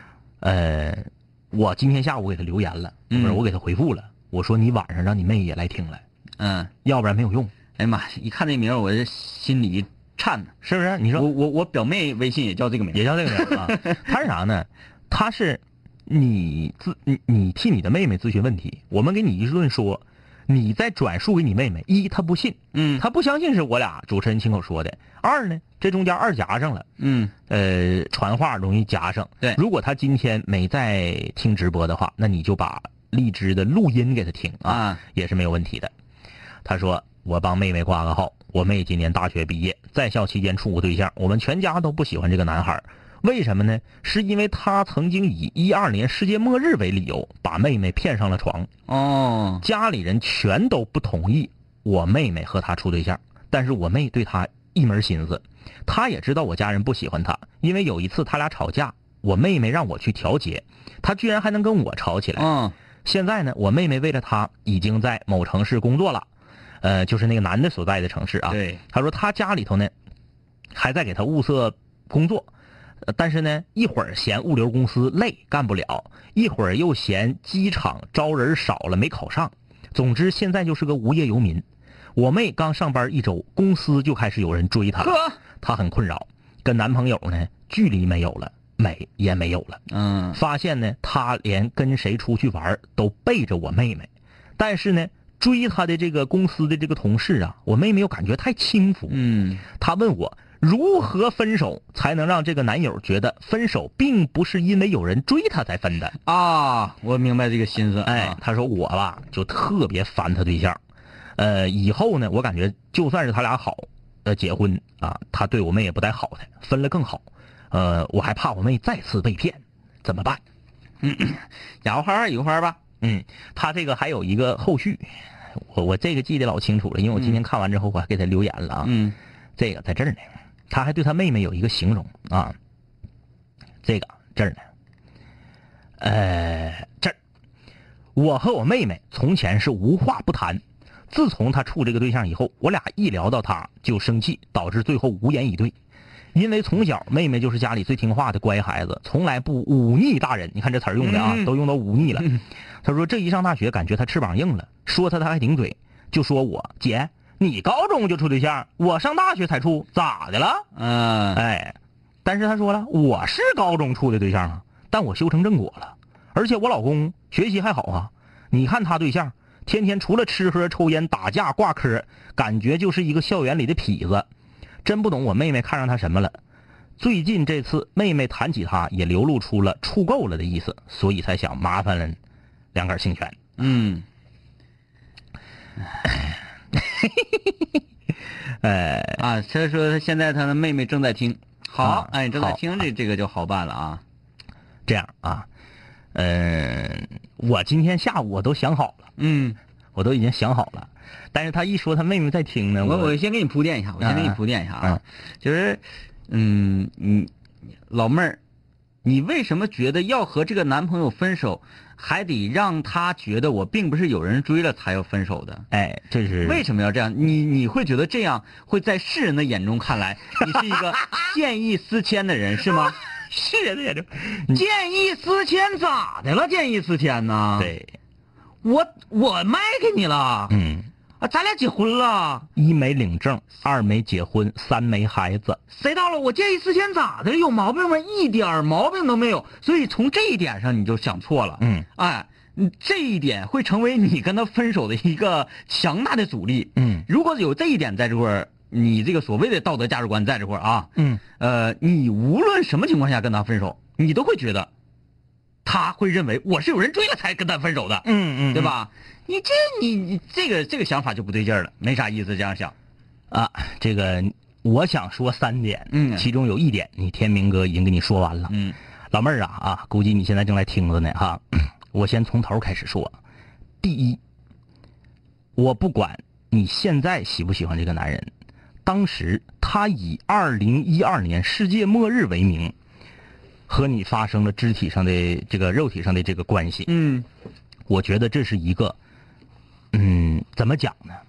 [SPEAKER 3] 我今天下午给他留言了，不是我给他回复了。我说你晚上让你妹也来听来，要不然没有用。
[SPEAKER 2] 哎呀妈，一看这名我这心里颤呢，
[SPEAKER 3] 是不是？你说
[SPEAKER 2] 我表妹微信也叫这个名，
[SPEAKER 3] 也叫这个名啊。他是啥呢？他是你替你的妹妹咨询问题，我们给你一顿说，你再转述给你妹妹。一，他不信，他不相信是我俩主持人亲口说的。二呢，这中间二夹上了，传话容易夹上。
[SPEAKER 2] 对，
[SPEAKER 3] 如果他今天没在听直播的话，那你就把荔枝的录音给他听啊，也是没有问题的。他说我帮妹妹挂个号，我妹今年大学毕业，在校期间处过对象，我们全家都不喜欢这个男孩，为什么呢？是因为他曾经以12年世界末日为理由把妹妹骗上了床。家里人全都不同意我妹妹和他处对象，但是我妹对他一门心思，他也知道我家人不喜欢他，因为有一次他俩吵架，我妹妹让我去调解，他居然还能跟我吵起来。现在呢，我妹妹为了他已经在某城市工作了，就是那个男的所在的城市啊。
[SPEAKER 2] 对，
[SPEAKER 3] 他说他家里头呢还在给他物色工作，但是呢一会儿嫌物流公司累干不了，一会儿又嫌机场招人少了没考上，总之现在就是个无业游民。我妹刚上班1周，公司就开始有人追她了，她很困扰，跟男朋友呢距离没有了，美也没有了。发现呢她连跟谁出去玩都背着我妹妹，但是呢追她的这个公司的这个同事啊，我妹妹又感觉太轻浮。她问我如何分手才能让这个男友觉得分手并不是因为有人追她才分的
[SPEAKER 2] 啊？我明白这个心思。
[SPEAKER 3] 她说我吧就特别烦她对象，以后呢我感觉就算是他俩好，结婚啊，他对我妹也不带好的，分了更好。我还怕我妹再次被骗，怎么办？
[SPEAKER 2] 雅呼花一个花吧。
[SPEAKER 3] 他这个还有一个后续，我这个记得老清楚了，因为我今天看完之后我还给他留言了啊。这个在这儿呢，他还对他妹妹有一个形容啊，这个这儿呢，这儿，我和我妹妹从前是无话不谈，自从他处这个对象以后，我俩一聊到他就生气，导致最后无言以对。因为从小妹妹就是家里最听话的乖孩子，从来不忤逆大人，你看这词儿用的啊，都用到忤逆了。他说这一上大学感觉他翅膀硬了，说他还顶嘴，就说我姐你高中就处对象，我上大学才处，咋的了？但是他说了，我是高中处的对象啊，但我修成正果了，而且我老公学习还好啊，你看他对象天天除了吃喝抽烟打架挂科，感觉就是一个校园里的痞子。真不懂我妹妹看上他什么了。最近这次妹妹谈起他也流露出了处够了的意思，所以才想麻烦了两杆清泉。
[SPEAKER 2] 他说现在他的妹妹正在听，好，正在听，这个就好办了啊。
[SPEAKER 3] 这样啊，我今天下午我都想好了，我都已经想好了。但是他一说他妹妹在听呢，
[SPEAKER 2] 我先给你铺垫一下，就是，老妹儿，你为什么觉得要和这个男朋友分手，还得让他觉得我并不是有人追了才要分手的？
[SPEAKER 3] 这是
[SPEAKER 2] 为什么要这样？你会觉得这样会在世人的眼中看来，你是一个见异思迁的人，是吗？
[SPEAKER 3] 世人的眼中，
[SPEAKER 2] 见异思迁咋的了？见异思迁呢？
[SPEAKER 3] 对，
[SPEAKER 2] 我卖给你了，咱俩结婚了
[SPEAKER 3] ，1没领证，2没结婚，3没孩子。
[SPEAKER 2] 谁到了我见异思迁咋的？有毛病吗？一点毛病都没有。所以从这一点上你就想错了。这一点会成为你跟他分手的一个强大的阻力。如果有这一点在这块儿，你这个所谓的道德价值观在这块儿啊，你无论什么情况下跟他分手，你都会觉得他会认为我是有人追了才跟他分手的，对吧？你这个想法就不对劲儿了，没啥意思这样想
[SPEAKER 3] 啊。这个我想说3点，其中有1点你天明哥已经跟你说完了，老妹儿啊，估计你现在正在听着呢哈。我先从头开始说。第一，我不管你现在喜不喜欢这个男人，当时他以2012年世界末日为名，和你发生了肢体上的这个肉体上的这个关系。我觉得这是一个，怎么讲呢？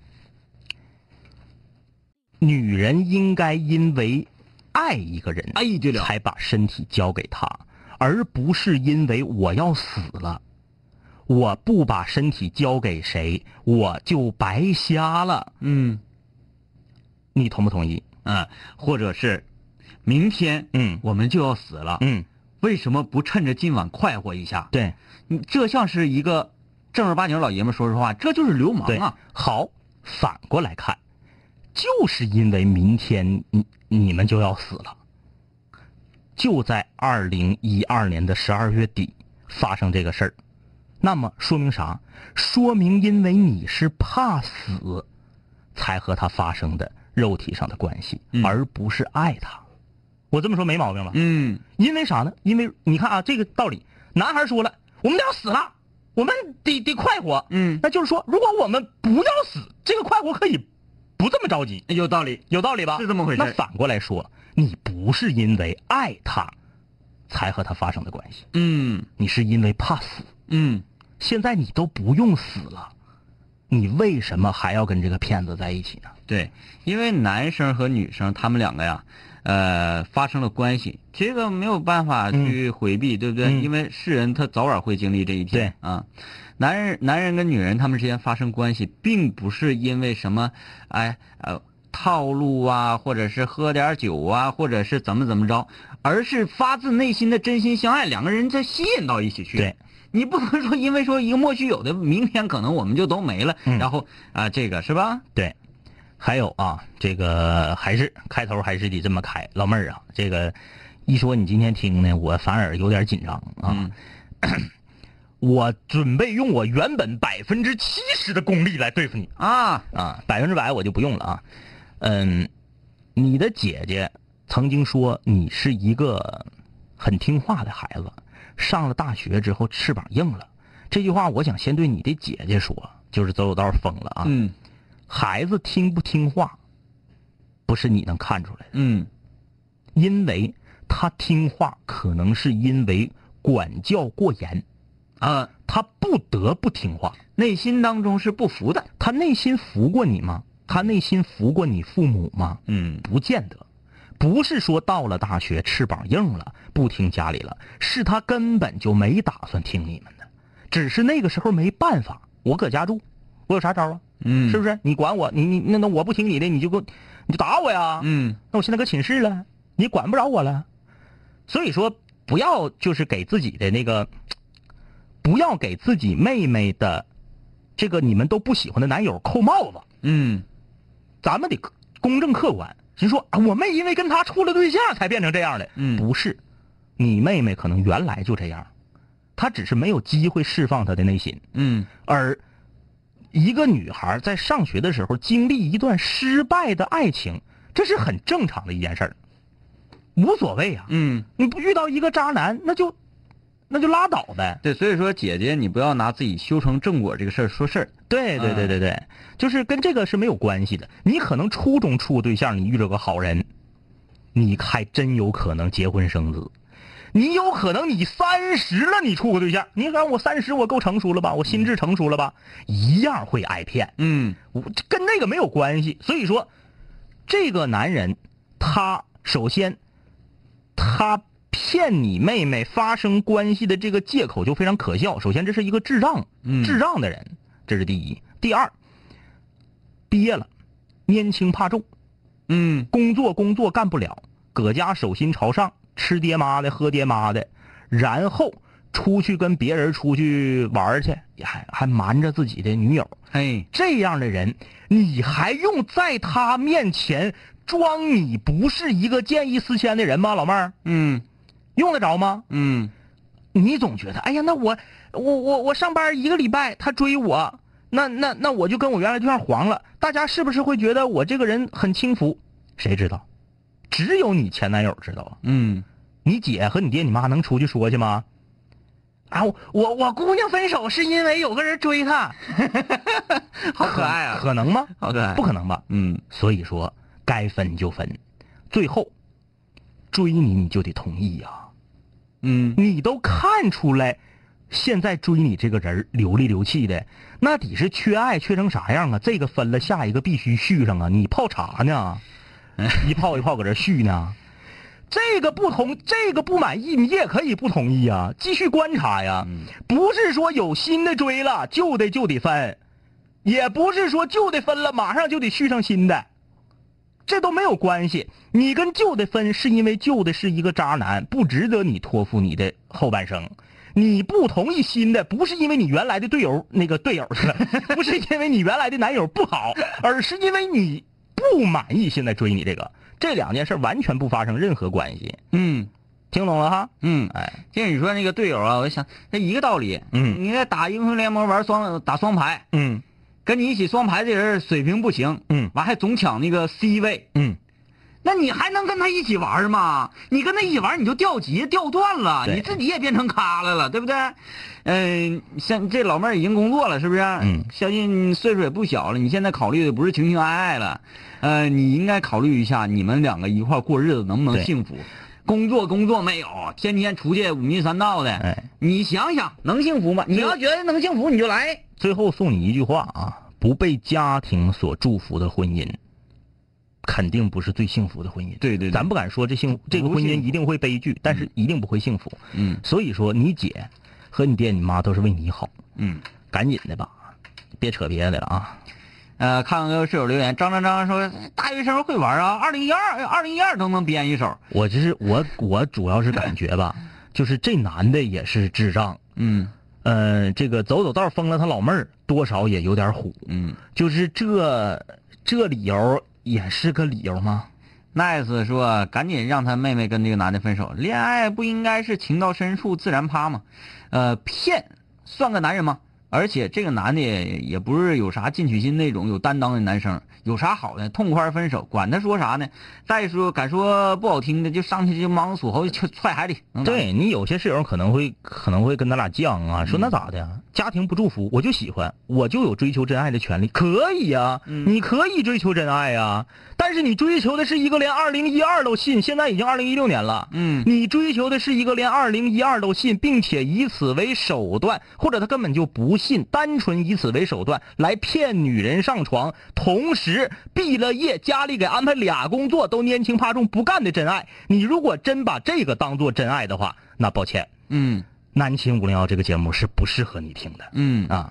[SPEAKER 3] 女人应该因为爱一个人，
[SPEAKER 2] 对了，
[SPEAKER 3] 才把身体交给他，而不是因为我要死了，我不把身体交给谁，我就白瞎了。你同不同意？
[SPEAKER 2] 或者是明天我们就要死了，为什么不趁着今晚快活一下？
[SPEAKER 3] 对，
[SPEAKER 2] 这像是一个正儿八经老爷们说实话，这就是流氓啊。
[SPEAKER 3] 好，反过来看，就是因为明天你们就要死了，就在2012年的12月底发生这个事儿，那么说明啥？说明因为你是怕死才和他发生的肉体上的关系，而不是爱他。我这么说没毛病吧？因为啥呢？因为你看啊，这个道理，男孩说了，我们都要死了，我们得快活。那就是说，如果我们不要死，这个快活可以不这么着急。
[SPEAKER 2] 有道理，
[SPEAKER 3] 有道理吧？
[SPEAKER 2] 是这么回事。
[SPEAKER 3] 那反过来说，你不是因为爱他才和他发生的关系，你是因为怕死。现在你都不用死了，你为什么还要跟这个骗子在一起呢？
[SPEAKER 2] 对，因为男生和女生他们两个呀，发生了关系，这个没有办法去回避，对不对？因为是人，他早晚会经历这一天。
[SPEAKER 3] 对
[SPEAKER 2] 啊，男人跟女人他们之间发生关系，并不是因为什么，套路啊，或者是喝点酒啊，或者是怎么着，而是发自内心的真心相爱，两个人才吸引到一起去。
[SPEAKER 3] 对。
[SPEAKER 2] 你不能说因为说一个莫须有的明天可能我们就都没了，然后这个是吧？
[SPEAKER 3] 对，还有啊，这个还是开头还是得这么开，老妹儿啊，这个一说你今天听呢，我反而有点紧张啊。我准备用我原本70%的功力来对付你100%我就不用了啊。你的姐姐曾经说你是一个很听话的孩子。上了大学之后翅膀硬了，这句话我想先对你的姐姐说，就是走道疯了啊。孩子听不听话，不是你能看出来的。因为他听话，可能是因为管教过严他不得不听话，
[SPEAKER 2] 内心当中是不服的。
[SPEAKER 3] 他内心服过你吗？他内心服过你父母吗？不见得。不是说到了大学翅膀硬了不听家里了，是他根本就没打算听你们的，只是那个时候没办法。我搁家住，我有啥招啊？是不是？你管我，那我不听你的，你就打我呀？那我现在搁寝室了，你管不着我了。所以说，不要就是给自己的那个，不要给自己妹妹的这个你们都不喜欢的男友扣帽子。咱们得公正客观。人说我妹因为跟他处了对象才变成这样的，不是，你妹妹可能原来就这样，她只是没有机会释放她的内心。而一个女孩在上学的时候经历一段失败的爱情，这是很正常的一件事儿，无所谓啊。你不遇到一个渣男，那就拉倒呗。
[SPEAKER 2] 对，所以说姐姐，你不要拿自己修成正果这个事儿说事儿。
[SPEAKER 3] 对，就是跟这个是没有关系的。你可能初中处对象，你遇着个好人，你还真有可能结婚生子。你有可能你30了，你处个对象，你看我30，我够成熟了吧？我心智成熟了吧？一样会挨骗。跟那个没有关系。所以说，这个男人，他首先他骗你妹妹发生关系的这个借口就非常可笑。首先，这是一个智障的人，这是第一。第二，毕业了，拈轻怕重，工作干不了，搁家手心朝上，吃爹妈的，喝爹妈的，然后出去跟别人出去玩去，还瞒着自己的女友。这样的人，你还用在他面前装你不是一个见异思迁的人吗，老妹儿？用得着吗？ 你总觉得，哎呀，那我上班1个礼拜，他追我，那我就跟我原来对象黄了，大家是不是会觉得我这个人很轻浮？谁知道？只有你前男友知道啊。你姐和你爹你妈能出去说去吗？啊，我姑娘分手是因为有个人追她，
[SPEAKER 2] 好可爱啊！
[SPEAKER 3] 可能吗？
[SPEAKER 2] 好可爱，
[SPEAKER 3] 不可能吧？所以说该分就分，最后追你就得同意呀。你都看出来，现在追你这个人流里流气的，那得是缺爱缺成啥样啊？这个分了，下一个必须续上啊！你泡茶呢？一泡一泡搁这续呢？这个不满意，你也可以不同意啊，继续观察呀。不是说有新的追了就得分，也不是说旧的分了马上就得续上新的，这都没有关系。你跟旧的分是因为旧的是一个渣男，不值得你托付你的后半生。你不同意新的，不是因为你原来的队友去了，不是因为你原来的男友不好，而是因为你不满意现在追你这个。这两件事完全不发生任何关系。听懂了哈？
[SPEAKER 2] 听你说那个队友啊，我就想这一个道理。你在打英雄联盟打双排，跟你一起双排的人水平不行，完还总抢那个 C 位，那你还能跟他一起玩吗？你跟他一起玩你就掉级掉段了，你自己也变成咖来了，对不对？像这老妹儿已经工作了，是不是？相信岁数也不小了，你现在考虑的不是情情爱爱了，你应该考虑一下你们两个一块过日子能不能幸福。工作没有，天天出去五迷三道的，你想想能幸福吗？你要觉得能幸福你就来。
[SPEAKER 3] 最后送你一句话啊，不被家庭所祝福的婚姻肯定不是最幸福的婚姻。对，咱不敢说这个婚姻一定会悲剧，但是一定不会幸福。所以说你姐和你爹你妈都是为你好。赶紧的吧，别扯别的了啊。
[SPEAKER 2] 看看个室友留言，张说大学生会玩啊，2012都能编一首。
[SPEAKER 3] 我主要是感觉吧，就是这男的也是智障。这个走道封了他老妹儿，多少也有点虎。就是这理由也是个理由吗
[SPEAKER 2] ？Nice 说赶紧让他妹妹跟这个男的分手，恋爱不应该是情到深处自然趴吗？骗算个男人吗？而且这个男的也不是有啥进取心那种有担当的男生，有啥好的？痛快分手，管他说啥呢？再说敢说不好听的，就上去就忙锁喉踹海里。
[SPEAKER 3] 对，你有些室友可能会跟咱俩犟啊，说那咋的？家庭不祝福，我就喜欢，我就有追求真爱的权利，可以呀，你可以追求真爱呀。但是你追求的是一个连2012都信，现在已经2016年了。你追求的是一个连2012都信，并且以此为手段，或者他根本就不信，单纯以此为手段来骗女人上床，同时毕了业，家里给安排俩工作，都年轻怕重不干的真爱。你如果真把这个当做真爱的话，那抱歉，南秦501这个节目是不适合你听的。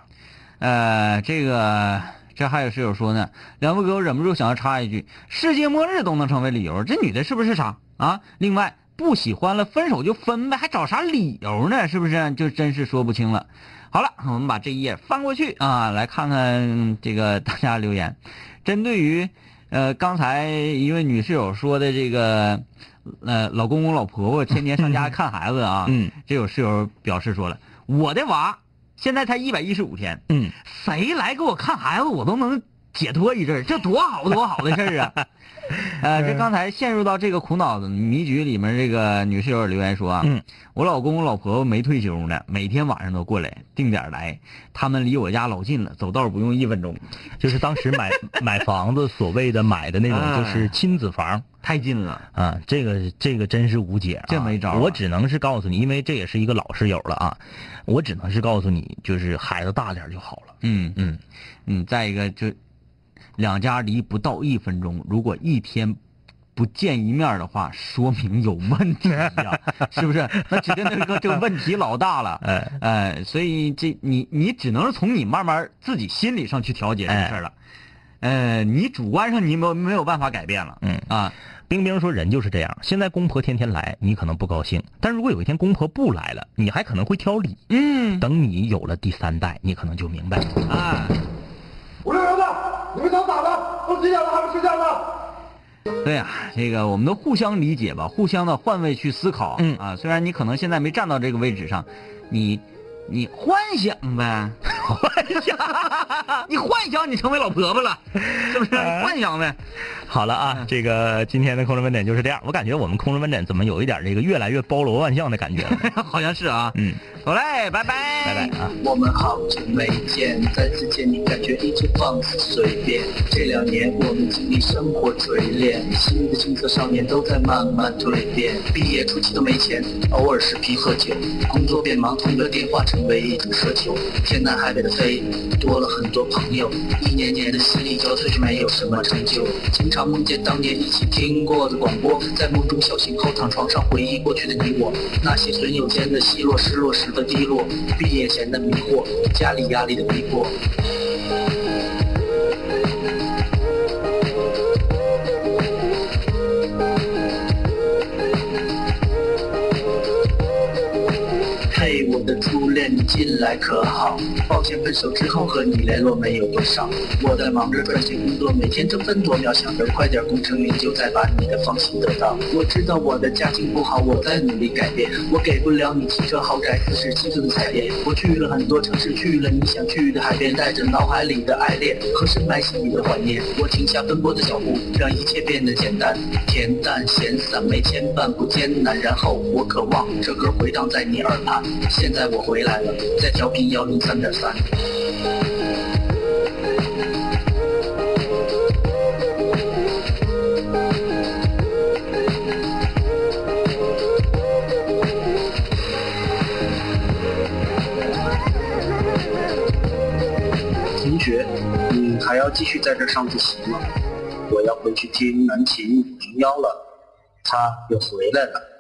[SPEAKER 2] 这还有室友说呢，两位哥我忍不住想要插一句，世界末日都能成为理由，这女的是不是傻啊？另外不喜欢了分手就分呗，还找啥理由呢？是不是？就真是说不清了。好了，我们把这一页翻过去啊，来看看这个大家留言。针对于刚才一位女室友说的这个老公公老婆婆天天上家看孩子啊，这有室友表示说了，我的娃现在才115天，谁来给我看孩子我都能解脱一阵，这多好的事儿啊！这刚才陷入到这个苦恼的迷局里面，这个女室友留言说啊，我老公老婆婆没退休呢，每天晚上都过来定点来，他们离我家老近了，走道不用1分钟。
[SPEAKER 3] 就是当时买房子所谓的买的那种就是亲子房，
[SPEAKER 2] 太近了
[SPEAKER 3] 啊！这个真是无解啊，
[SPEAKER 2] 这没招啊。
[SPEAKER 3] 我只能是告诉你，因为这也是一个老室友了啊，我只能是告诉你，就是孩子大点就好了。
[SPEAKER 2] 再一个就两家离不到1分钟，如果一天不见一面的话，说明有问题呀，是不是？那指定这个问题老大了。所以这你只能从你慢慢自己心理上去调节这个事儿了。你主观上你没有办法改变了。
[SPEAKER 3] 冰冰说人就是这样，现在公婆天天来，你可能不高兴，但如果有一天公婆不来了，你还可能会挑理。等你有了第3代，你可能就明白了。
[SPEAKER 5] 560的，你们想咋的？都几点了还不睡觉呢？
[SPEAKER 2] 对啊，这个我们都互相理解吧，互相的换位去思考。虽然你可能现在没站到这个位置上，你幻想呗，你幻想你成为老婆婆了，是不是？幻想呗。
[SPEAKER 3] 好了啊，这个今天的空中门诊就是这样。我感觉我们空中门诊怎么有一点这个越来越包罗万象的感觉了？
[SPEAKER 2] 好像是啊。好嘞，拜拜，
[SPEAKER 3] 拜拜啊！
[SPEAKER 5] 我们好久没见，再次见你感觉一直放肆随便。这2年我们经历生活锤炼，新的青涩少年都在慢慢蜕变。毕业初期都没钱，偶尔视频喝酒，工作变忙，通个电话成为一种奢求。天南海北的飞，多了很多朋友，一年年的心力交瘁却没有什么成就。经常梦见当年一起听过的广播，在梦中笑醒后躺床上回忆过去的你我，那些损友间的奚落，失落时的低落，毕业前的迷惑，家里压力的逼迫。嘿，我的初恋，你近来可好？抱歉，分手之后和你联络没有多少。我在忙着赚钱工作，每天争分夺秒，想着快点功成名就，再把你的芳心得到。我知道我的家境不好，我在努力改变。我给不了你汽车豪宅47寸的彩电。我去了很多城市，去了你想去的海边，带着脑海里的爱恋和深埋心里的怀念。我停下奔波的脚步，让一切变得简单，恬淡闲散，没牵绊不艰难。然后我渴望这歌回荡在你耳畔。现在我回来了，在调频103.3。同学，你还要继续在这上自习吗？我要回去听南琴501了，他又回来了。